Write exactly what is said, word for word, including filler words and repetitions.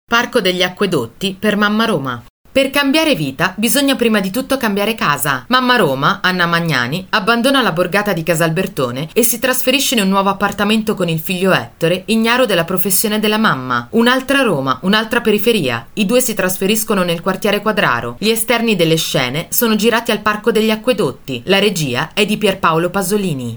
Parco degli Acquedotti per Mamma Roma. Per cambiare vita bisogna prima di tutto cambiare casa. Mamma Roma, Anna Magnani, abbandona la borgata di Casalbertone e si trasferisce in un nuovo appartamento con il figlio Ettore, ignaro della professione della mamma. Un'altra Roma, un'altra periferia. I due si trasferiscono nel quartiere Quadraro. Gli esterni delle scene sono girati al Parco degli Acquedotti. La regia è di Pierpaolo Pasolini.